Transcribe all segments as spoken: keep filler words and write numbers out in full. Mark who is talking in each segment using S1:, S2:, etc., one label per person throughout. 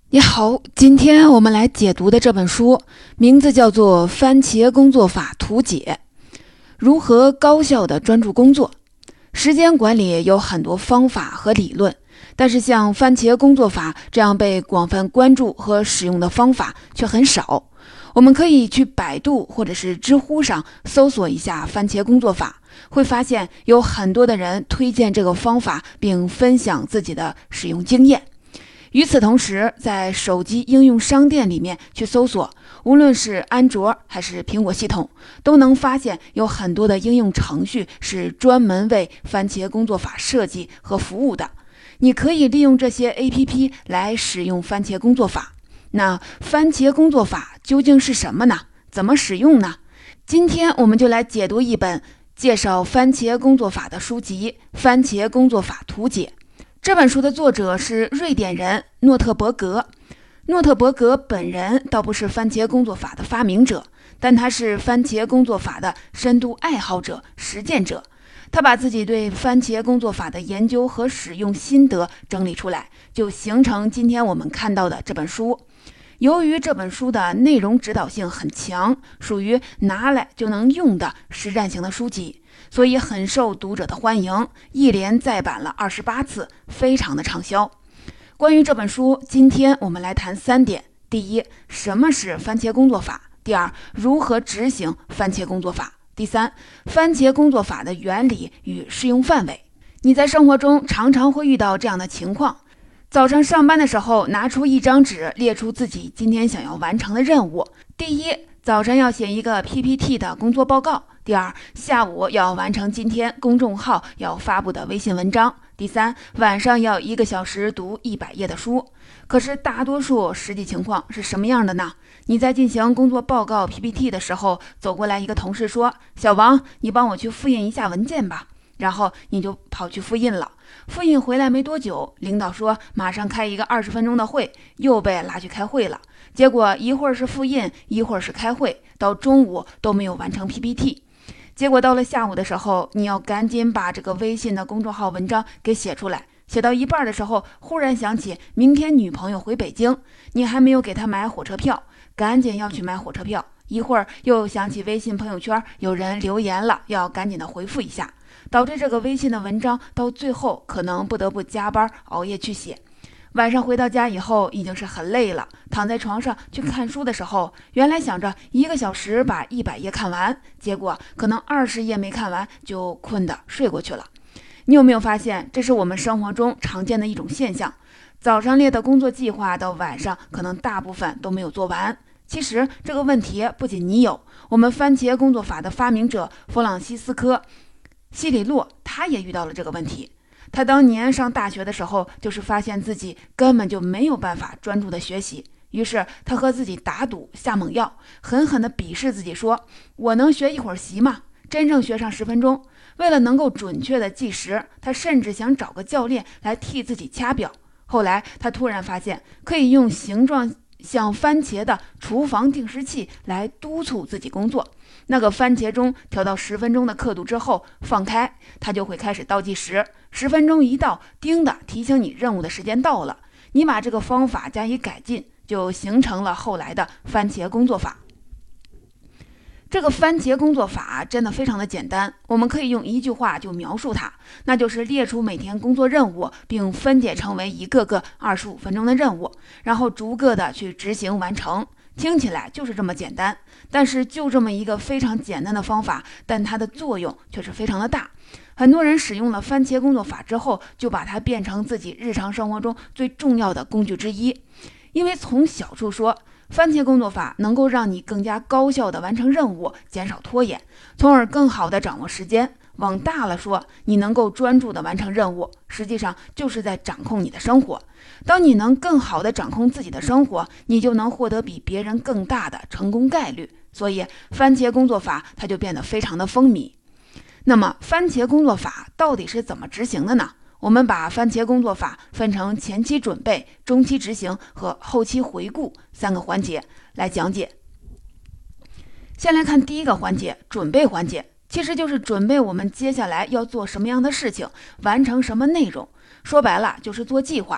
S1: 你好，今天我们来解读的这本书名字叫做《番茄工作法图解》，如何高效的专注工作。时间管理有很多方法和理论，但是像番茄工作法这样被广泛关注和使用的方法却很少。我们可以去百度或者是知乎上搜索一下番茄工作法，会发现有很多的人推荐这个方法并分享自己的使用经验。与此同时，在手机应用商店里面去搜索，无论是安卓还是苹果系统，都能发现有很多的应用程序是专门为番茄工作法设计和服务的。你可以利用这些 A P P 来使用番茄工作法。那番茄工作法究竟是什么呢？怎么使用呢？今天我们就来解读一本介绍番茄工作法的书籍《番茄工作法图解》。这本书的作者是瑞典人诺特伯格。诺特伯格本人倒不是番茄工作法的发明者，但他是番茄工作法的深度爱好者、实践者。他把自己对番茄工作法的研究和使用心得整理出来，就形成今天我们看到的这本书。由于这本书的内容指导性很强，属于拿来就能用的实战型的书籍，所以很受读者的欢迎，一连再版了二十八次，非常的畅销。关于这本书，今天我们来谈三点：第一，什么是番茄工作法；第二，如何执行番茄工作法；第三，番茄工作法的原理与适用范围。你在生活中常常会遇到这样的情况：早上上班的时候，拿出一张纸，列出自己今天想要完成的任务。第一，早晨要写一个 P P T 的工作报告；第二，下午要完成今天公众号要发布的微信文章；第三，晚上要一个小时读一百页的书。可是大多数实际情况是什么样的呢？你在进行工作报告 P P T 的时候，走过来一个同事说：“小王，你帮我去复印一下文件吧。”然后你就跑去复印了。复印回来没多久，领导说马上开一个二十分钟的会，又被拉去开会了。结果一会儿是复印，一会儿是开会，到中午都没有完成 P P T。结果到了下午的时候，你要赶紧把这个微信的公众号文章给写出来。写到一半的时候，忽然想起明天女朋友回北京，你还没有给她买火车票，赶紧要去买火车票。一会儿又想起微信朋友圈有人留言了，要赶紧的回复一下，导致这个微信的文章到最后可能不得不加班熬夜去写。晚上回到家以后已经是很累了，躺在床上去看书的时候，原来想着一个小时把一百页看完，结果可能二十页没看完就困得睡过去了。你有没有发现，这是我们生活中常见的一种现象？早上列的工作计划到晚上可能大部分都没有做完。其实这个问题不仅你有，我们番茄工作法的发明者弗朗西斯科·希里洛他也遇到了这个问题。他当年上大学的时候，就是发现自己根本就没有办法专注的学习，于是他和自己打赌下猛药，狠狠地鄙视自己，说我能学一会儿习吗？真正学上十分钟。为了能够准确的计时，他甚至想找个教练来替自己掐表。后来他突然发现可以用形状像番茄的厨房定时器来督促自己工作。那个番茄钟调到十分钟的刻度之后放开，它就会开始倒计时，十分钟一到，叮的提醒你任务的时间到了。你把这个方法加以改进，就形成了后来的番茄工作法。这个番茄工作法真的非常的简单，我们可以用一句话就描述它，那就是列出每天工作任务，并分解成为一个个二十五分钟的任务，然后逐个的去执行完成。听起来就是这么简单，但是就这么一个非常简单的方法，但它的作用却是非常的大。很多人使用了番茄工作法之后，就把它变成自己日常生活中最重要的工具之一。因为从小处说，番茄工作法能够让你更加高效地完成任务，减少拖延，从而更好地掌握时间。往大了说，你能够专注地完成任务，实际上就是在掌控你的生活。当你能更好地掌控自己的生活，你就能获得比别人更大的成功概率。所以番茄工作法它就变得非常的风靡。那么番茄工作法到底是怎么执行的呢？我们把番茄工作法分成前期准备、中期执行和后期回顾三个环节来讲解。先来看第一个环节，准备环节，其实就是准备我们接下来要做什么样的事情，完成什么内容。说白了就是做计划。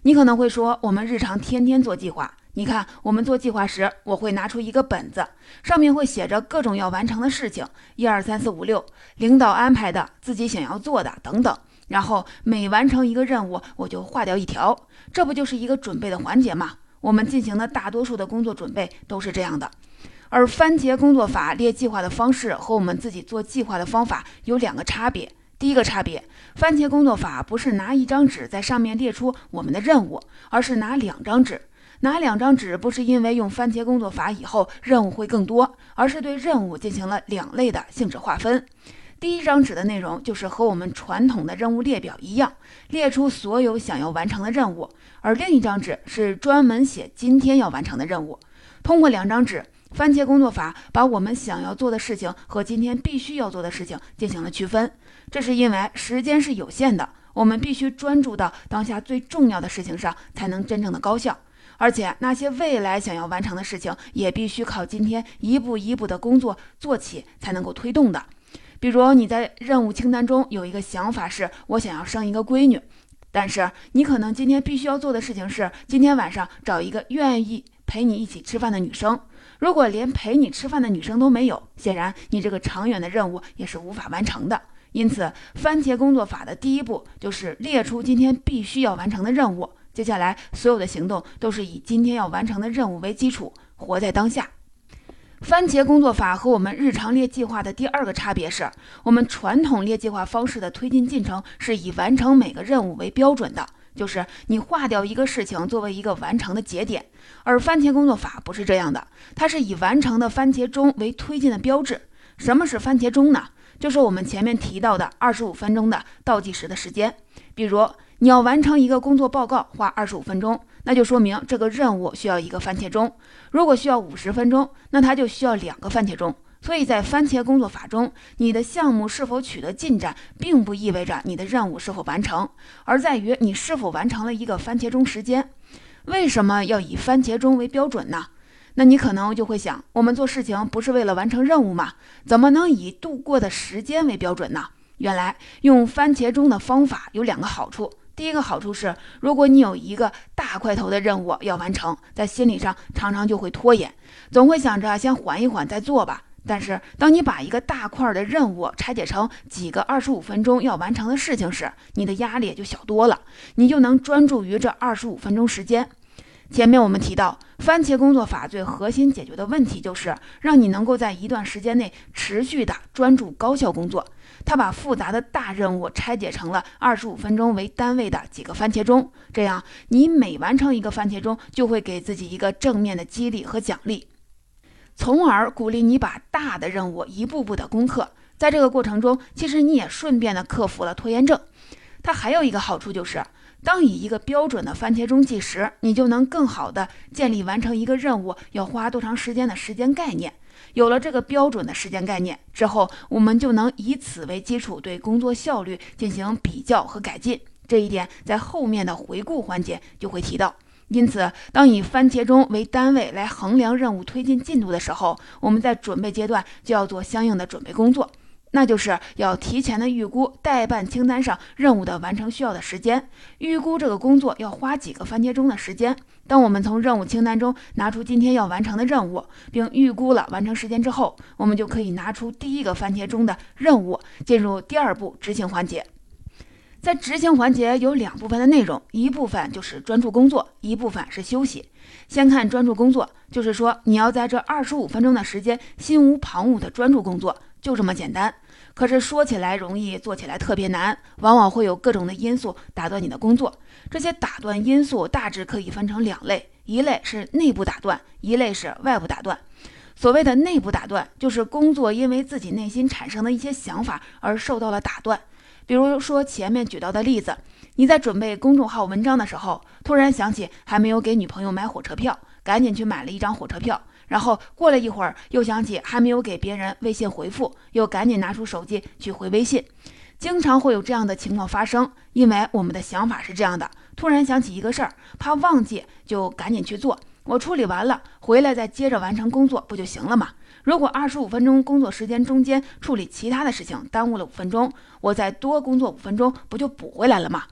S1: 你可能会说，我们日常天天做计划，你看我们做计划时，我会拿出一个本子，上面会写着各种要完成的事情，一二三四五六，领导安排的，自己想要做的等等。然后每完成一个任务，我就划掉一条，这不就是一个准备的环节吗？我们进行的大多数的工作准备都是这样的。而番茄工作法列计划的方式和我们自己做计划的方法有两个差别。第一个差别，番茄工作法不是拿一张纸在上面列出我们的任务，而是拿两张纸。拿两张纸不是因为用番茄工作法以后任务会更多，而是对任务进行了两类的性质划分。第一张纸的内容就是和我们传统的任务列表一样，列出所有想要完成的任务，而另一张纸是专门写今天要完成的任务。通过两张纸，番茄工作法把我们想要做的事情和今天必须要做的事情进行了区分。这是因为时间是有限的，我们必须专注到当下最重要的事情上，才能真正的高效。而且那些未来想要完成的事情，也必须靠今天一步一步的工作做起才能够推动的。比如你在任务清单中有一个想法是，我想要生一个闺女，但是你可能今天必须要做的事情是，今天晚上找一个愿意陪你一起吃饭的女生。如果连陪你吃饭的女生都没有，显然你这个长远的任务也是无法完成的。因此，番茄工作法的第一步就是列出今天必须要完成的任务，接下来所有的行动都是以今天要完成的任务为基础，活在当下。番茄工作法和我们日常列计划的第二个差别是，我们传统列计划方式的推进进程是以完成每个任务为标准的，就是你划掉一个事情作为一个完成的节点。而番茄工作法不是这样的，它是以完成的番茄钟为推进的标志。什么是番茄钟呢？就是我们前面提到的二十五分钟的倒计时的时间。比如你要完成一个工作报告花二十五分钟，那就说明这个任务需要一个番茄钟。如果需要五十分钟，那它就需要两个番茄钟。所以在番茄工作法中，你的项目是否取得进展，并不意味着你的任务是否完成，而在于你是否完成了一个番茄钟时间。为什么要以番茄钟为标准呢？那你可能就会想，我们做事情不是为了完成任务吗？怎么能以度过的时间为标准呢？原来用番茄钟的方法有两个好处。第一个好处是，如果你有一个大块头的任务要完成，在心理上常常就会拖延，总会想着先缓一缓再做吧。但是当你把一个大块的任务拆解成几个二十五分钟要完成的事情时，你的压力也就小多了，你就能专注于这二十五分钟时间。前面我们提到，番茄工作法最核心解决的问题就是让你能够在一段时间内持续的专注高效工作。它把复杂的大任务拆解成了二十五分钟为单位的几个番茄钟，这样你每完成一个番茄钟，就会给自己一个正面的激励和奖励，从而鼓励你把大的任务一步步的攻克。在这个过程中，其实你也顺便的克服了拖延症。它还有一个好处就是，当以一个标准的番茄钟计时，你就能更好的建立完成一个任务要花多长时间的时间概念。有了这个标准的时间概念之后，我们就能以此为基础对工作效率进行比较和改进。这一点在后面的回顾环节就会提到。因此，当以番茄钟为单位来衡量任务推进进度的时候，我们在准备阶段就要做相应的准备工作。那就是要提前的预估待办清单上任务的完成需要的时间，预估这个工作要花几个番茄钟的时间。当我们从任务清单中拿出今天要完成的任务，并预估了完成时间之后，我们就可以拿出第一个番茄钟的任务，进入第二步执行环节。在执行环节有两部分的内容，一部分就是专注工作，一部分是休息。先看专注工作，就是说你要在这二十五分钟的时间心无旁骛的专注工作，就这么简单。可是说起来容易，做起来特别难，往往会有各种的因素打断你的工作。这些打断因素大致可以分成两类，一类是内部打断，一类是外部打断。所谓的内部打断，就是工作因为自己内心产生的一些想法而受到了打断。比如说前面举到的例子，你在准备公众号文章的时候，突然想起还没有给女朋友买火车票，赶紧去买了一张火车票，然后过了一会儿又想起还没有给别人微信回复，又赶紧拿出手机去回微信。经常会有这样的情况发生，因为我们的想法是这样的，突然想起一个事儿，怕忘记就赶紧去做，我处理完了回来再接着完成工作不就行了吗？如果二十五分钟工作时间中间处理其他的事情耽误了五分钟，我再多工作五分钟不就补回来了吗？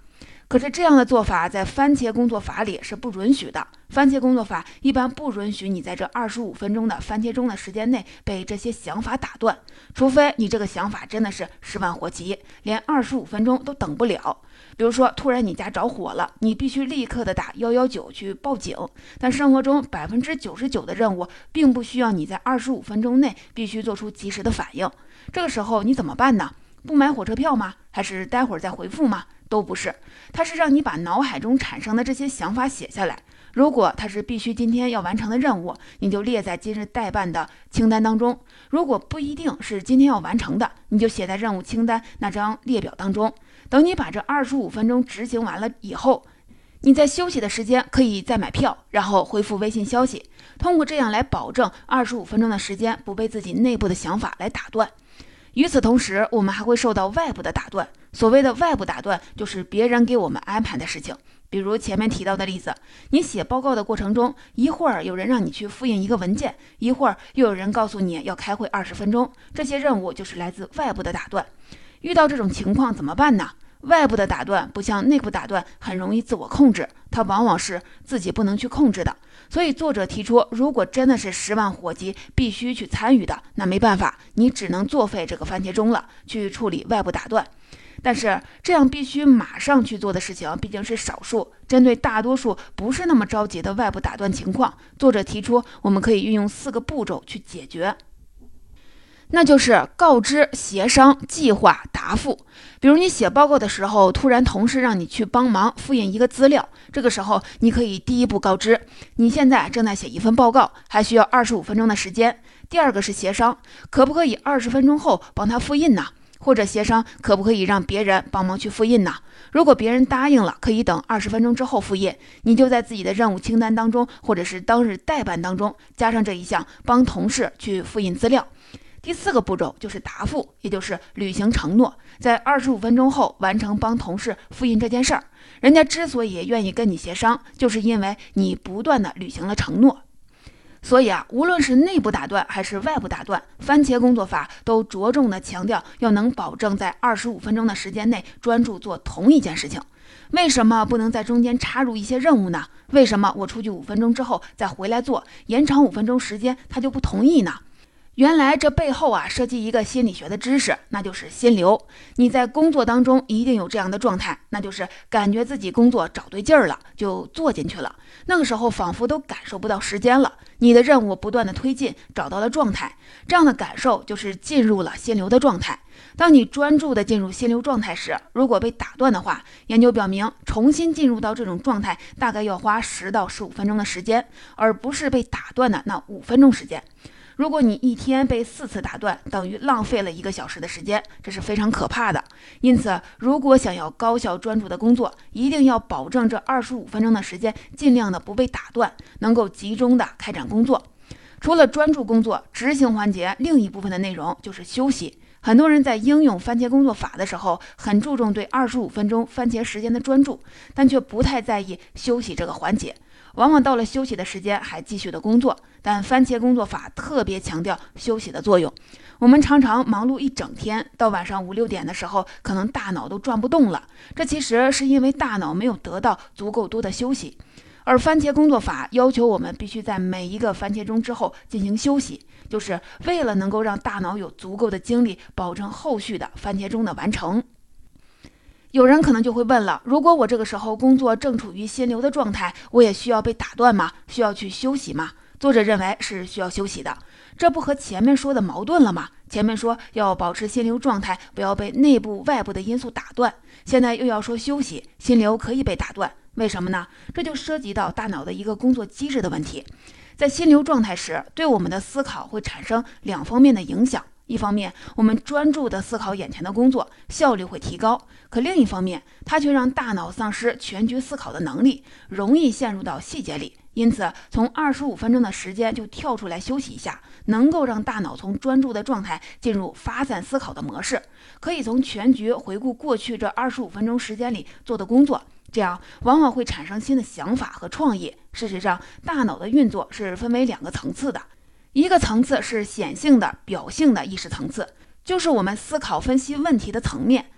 S1: 可是这样的做法在番茄工作法里是不允许的。番茄工作法一般不允许你在这二十五分钟的番茄钟的时间内被这些想法打断，除非你这个想法真的是十万火急，连二十五分钟都等不了。比如说突然你家着火了，你必须立刻的打一一九去报警，但生活中百分之九十九的任务并不需要你在二十五分钟内必须做出及时的反应。这个时候你怎么办呢？不买火车票吗？还是待会儿再回复吗？都不是，它是让你把脑海中产生的这些想法写下来。如果它是必须今天要完成的任务，你就列在今日待办的清单当中；如果不一定是今天要完成的，你就写在任务清单那张列表当中。等你把这二十五分钟执行完了以后，你在休息的时间可以再买票，然后回复微信消息，通过这样来保证二十五分钟的时间不被自己内部的想法来打断。与此同时，我们还会受到外部的打断。所谓的外部打断，就是别人给我们安排的事情。比如前面提到的例子，你写报告的过程中，一会儿有人让你去复印一个文件，一会儿又有人告诉你要开会二十分钟，这些任务就是来自外部的打断。遇到这种情况怎么办呢？外部的打断不像内部打断很容易自我控制，它往往是自己不能去控制的。所以作者提出，如果真的是十万火急必须去参与的，那没办法，你只能作废这个番茄钟了，去处理外部打断。但是这样必须马上去做的事情毕竟是少数，针对大多数不是那么着急的外部打断情况，作者提出我们可以运用四个步骤去解决。那就是告知、协商、计划、答复。比如你写报告的时候，突然同事让你去帮忙复印一个资料，这个时候你可以第一步告知你现在正在写一份报告，还需要二十五分钟的时间。第二个是协商，可不可以二十分钟后帮他复印呢？或者协商可不可以让别人帮忙去复印呢？如果别人答应了可以等二十分钟之后复印，你就在自己的任务清单当中或者是当日待办当中加上这一项，帮同事去复印资料。第四个步骤就是答复，也就是履行承诺，在二十五分钟后完成帮同事复印这件事儿。人家之所以愿意跟你协商，就是因为你不断的履行了承诺。所以啊，无论是内部打断还是外部打断，番茄工作法都着重的强调要能保证在二十五分钟的时间内专注做同一件事情。为什么不能在中间插入一些任务呢？为什么我出去五分钟之后再回来做，延长五分钟时间他就不同意呢？原来这背后啊涉及一个心理学的知识，那就是心流。你在工作当中一定有这样的状态，那就是感觉自己工作找对劲儿了，就做进去了。那个时候仿佛都感受不到时间了，你的任务不断的推进，找到了状态，这样的感受就是进入了心流的状态。当你专注的进入心流状态时，如果被打断的话，研究表明重新进入到这种状态大概要花十到十五分钟的时间，而不是被打断的那五分钟时间。如果你一天被四次打断，等于浪费了一个小时的时间，这是非常可怕的。因此，如果想要高效专注的工作，一定要保证这二十五分钟的时间尽量的不被打断，能够集中的开展工作。除了专注工作，执行环节另一部分的内容就是休息。很多人在应用番茄工作法的时候，很注重对二十五分钟番茄时间的专注，但却不太在意休息这个环节。往往到了休息的时间还继续的工作，但番茄工作法特别强调休息的作用。我们常常忙碌一整天，到晚上五六点的时候，可能大脑都转不动了，这其实是因为大脑没有得到足够多的休息。而番茄工作法要求我们必须在每一个番茄钟之后进行休息，就是为了能够让大脑有足够的精力保证后续的番茄钟的完成。有人可能就会问了，如果我这个时候工作正处于心流的状态，我也需要被打断吗？需要去休息吗？作者认为是需要休息的，这不和前面说的矛盾了吗？前面说要保持心流状态，不要被内部外部的因素打断，现在又要说休息，心流可以被打断，为什么呢？这就涉及到大脑的一个工作机制的问题。在心流状态时，对我们的思考会产生两方面的影响。一方面，我们专注地思考眼前的工作，效率会提高；可另一方面，它却让大脑丧失全局思考的能力，容易陷入到细节里。因此，从二十五分钟的时间就跳出来休息一下，能够让大脑从专注的状态进入发散思考的模式，可以从全局回顾过去这二十五分钟时间里做的工作，这样往往会产生新的想法和创意。事实上，大脑的运作是分为两个层次的。一个层次是显性的、表性的意识层次，就是我们思考分析问题的层面；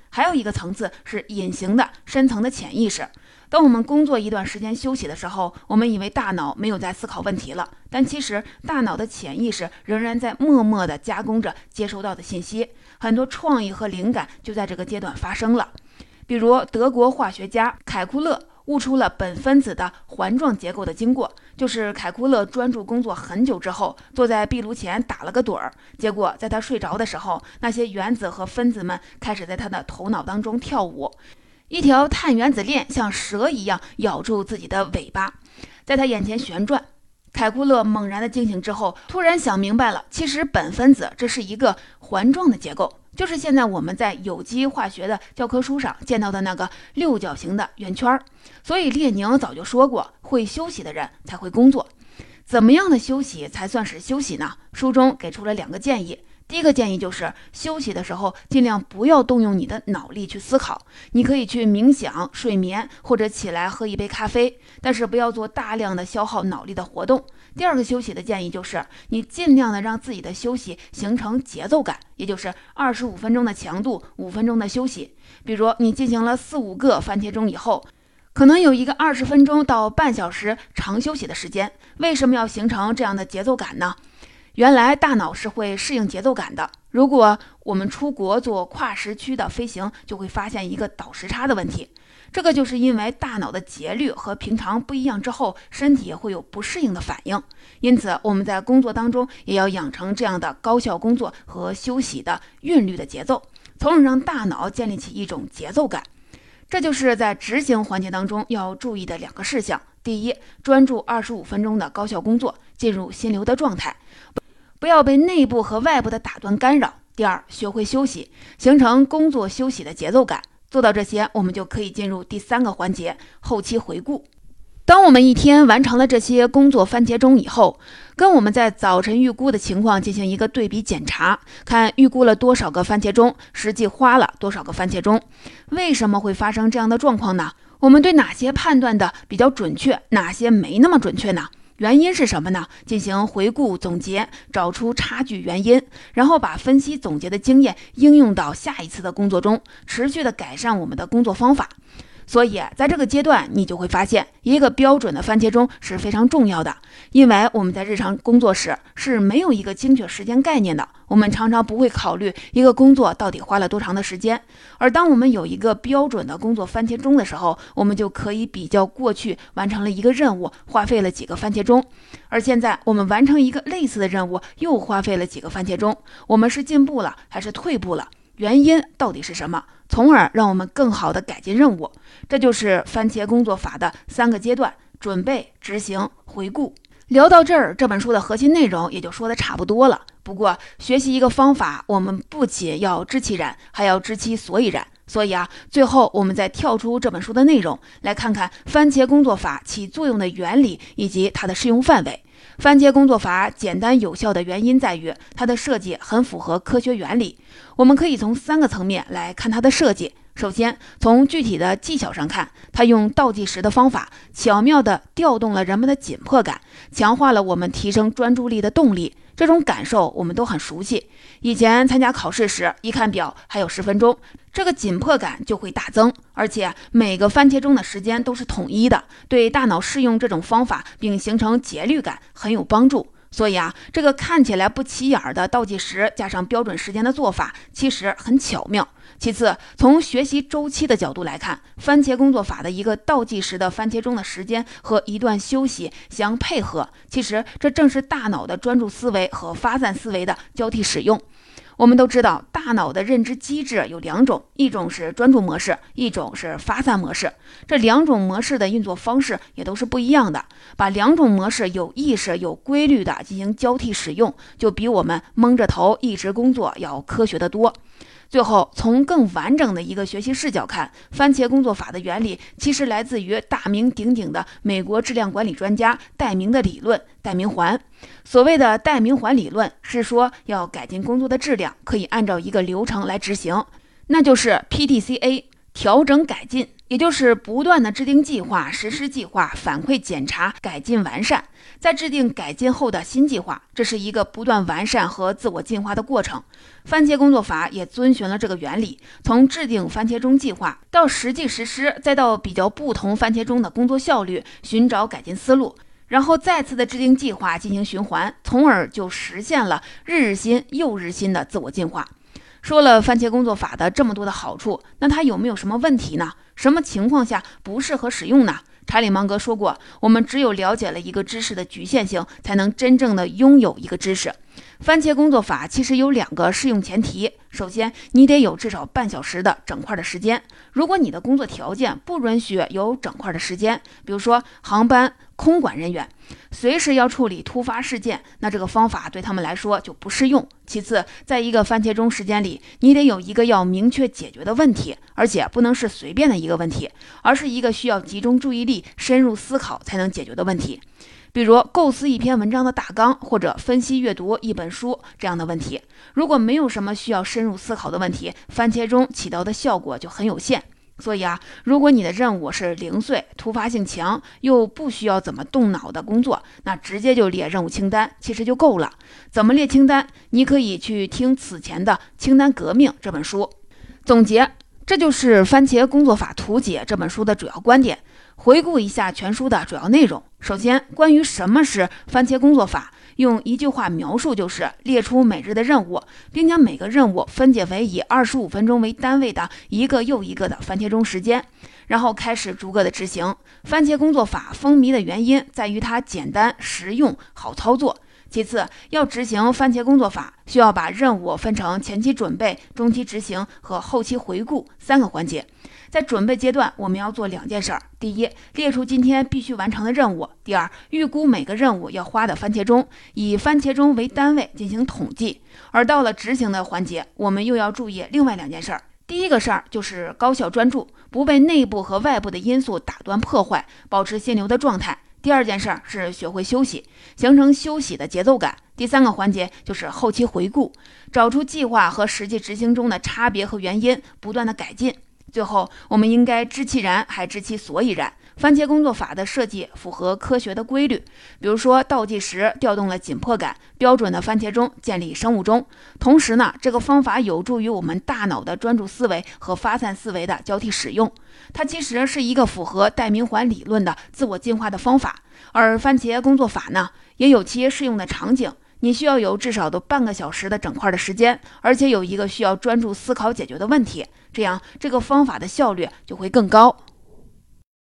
S1: 还有一个层次是隐形的、深层的潜意识。当我们工作一段时间休息的时候，我们以为大脑没有在思考问题了，但其实大脑的潜意识仍然在默默地加工着接收到的信息，很多创意和灵感就在这个阶段发生了。比如德国化学家凯库勒悟出了苯分子的环状结构的经过，就是凯库勒专注工作很久之后，坐在壁炉前打了个盹儿，结果在他睡着的时候，那些原子和分子们开始在他的头脑当中跳舞，一条碳原子链像蛇一样咬住自己的尾巴，在他眼前旋转。凯库勒猛然的惊醒之后，突然想明白了，其实苯分子这是一个环状的结构，就是现在我们在有机化学的教科书上见到的那个六角形的圆圈。所以列宁早就说过，会休息的人才会工作。怎么样的休息才算是休息呢？书中给出了两个建议。第一个建议就是休息的时候尽量不要动用你的脑力去思考，你可以去冥想、睡眠或者起来喝一杯咖啡，但是不要做大量的消耗脑力的活动。第二个休息的建议就是你尽量的让自己的休息形成节奏感，也就是二十五分钟的强度，五分钟的休息。比如你进行了四五个番茄钟以后，可能有一个二十分钟到半小时长休息的时间。为什么要形成这样的节奏感呢？原来大脑是会适应节奏感的。如果我们出国做跨时区的飞行，就会发现一个倒时差的问题。这个就是因为大脑的节律和平常不一样之后，身体也会有不适应的反应。因此我们在工作当中也要养成这样的高效工作和休息的韵律的节奏，从而让大脑建立起一种节奏感。这就是在执行环节当中要注意的两个事项。第一，专注二十五分钟的高效工作，进入心流的状态，不要被内部和外部的打断干扰。第二，学会休息，形成工作休息的节奏感。做到这些，我们就可以进入第三个环节，后期回顾。当我们一天完成了这些工作番茄钟以后，跟我们在早晨预估的情况进行一个对比检查，看预估了多少个番茄钟，实际花了多少个番茄钟。为什么会发生这样的状况呢？我们对哪些判断的比较准确，哪些没那么准确呢？原因是什么呢？进行回顾总结，找出差距原因，然后把分析总结的经验应用到下一次的工作中，持续的改善我们的工作方法。所以在这个阶段，你就会发现一个标准的番茄钟是非常重要的。因为我们在日常工作时是没有一个精确时间概念的，我们常常不会考虑一个工作到底花了多长的时间。而当我们有一个标准的工作番茄钟的时候，我们就可以比较过去完成了一个任务花费了几个番茄钟，而现在我们完成一个类似的任务又花费了几个番茄钟，我们是进步了还是退步了？原因到底是什么？从而让我们更好地改进任务。这就是番茄工作法的三个阶段：准备、执行、回顾。聊到这儿，这本书的核心内容也就说的差不多了。不过学习一个方法，我们不仅要知其然，还要知其所以然。所以啊，最后我们再跳出这本书的内容，来看看番茄工作法起作用的原理以及它的适用范围。番茄工作法简单有效的原因在于它的设计很符合科学原理。我们可以从三个层面来看它的设计。首先，从具体的技巧上看，它用倒计时的方法巧妙地调动了人们的紧迫感，强化了我们提升专注力的动力。这种感受我们都很熟悉，以前参加考试时，一看表还有十分钟，这个紧迫感就会大增。而且每个番茄钟的时间都是统一的，对大脑适用这种方法并形成节律感很有帮助。所以啊，这个看起来不起眼的倒计时加上标准时间的做法，其实很巧妙。其次，从学习周期的角度来看，番茄工作法的一个倒计时的番茄钟的时间和一段休息相配合，其实这正是大脑的专注思维和发散思维的交替使用。我们都知道，大脑的认知机制有两种，一种是专注模式，一种是发散模式。这两种模式的运作方式也都是不一样的。把两种模式有意识、有规律的进行交替使用，就比我们蒙着头一直工作要科学得多。最后，从更完整的一个学习视角看，番茄工作法的原理其实来自于大名鼎鼎的美国质量管理专家戴明的理论——戴明环。所谓的戴明环理论是说，要改进工作的质量，可以按照一个流程来执行，那就是 P D C A。 调整改进，也就是不断的制定计划、实施计划、反馈检查、改进完善，再制定改进后的新计划，这是一个不断完善和自我进化的过程。番茄工作法也遵循了这个原理，从制定番茄钟计划到实际实施，再到比较不同番茄钟的工作效率，寻找改进思路，然后再次的制定计划进行循环，从而就实现了日日新又日新的自我进化。说了番茄工作法的这么多的好处，那它有没有什么问题呢？什么情况下不适合使用呢？查理芒格说过，我们只有了解了一个知识的局限性，才能真正的拥有一个知识。番茄工作法其实有两个适用前提，首先你得有至少半小时的整块的时间，如果你的工作条件不允许有整块的时间，比如说航班空管人员随时要处理突发事件，那这个方法对他们来说就不适用。其次，在一个番茄钟时间里，你得有一个要明确解决的问题，而且不能是随便的一个问题，而是一个需要集中注意力、深入思考才能解决的问题。比如构思一篇文章的大纲，或者分析阅读一本书这样的问题。如果没有什么需要深入思考的问题，番茄钟起到的效果就很有限。所以啊，如果你的任务是零碎、突发性强，又不需要怎么动脑的工作，那直接就列任务清单其实就够了。怎么列清单？你可以去听此前的《清单革命》这本书。总结，这就是《番茄工作法图解》这本书的主要观点。回顾一下全书的主要内容。首先，关于什么是番茄工作法，用一句话描述就是列出每日的任务，并将每个任务分解为以二十五分钟为单位的一个又一个的番茄钟时间，然后开始逐个的执行。番茄工作法风靡的原因在于它简单、实用、好操作。其次，要执行番茄工作法，需要把任务分成前期准备、中期执行和后期回顾三个环节。在准备阶段，我们要做两件事儿：第一，列出今天必须完成的任务；第二，预估每个任务要花的番茄钟，以番茄钟为单位进行统计。而到了执行的环节，我们又要注意另外两件事儿。第一个事儿就是高效专注，不被内部和外部的因素打断破坏，保持心流的状态。第二件事儿是学会休息，形成休息的节奏感。第三个环节就是后期回顾，找出计划和实际执行中的差别和原因，不断的改进。最后，我们应该知其然，还知其所以然。番茄工作法的设计符合科学的规律，比如说倒计时调动了紧迫感，标准的番茄钟建立生物钟。同时呢，这个方法有助于我们大脑的专注思维和发散思维的交替使用。它其实是一个符合戴明环理论的自我进化的方法。而番茄工作法呢，也有其适用的场景。你需要有至少的半个小时的整块的时间，而且有一个需要专注思考解决的问题，这样这个方法的效率就会更高。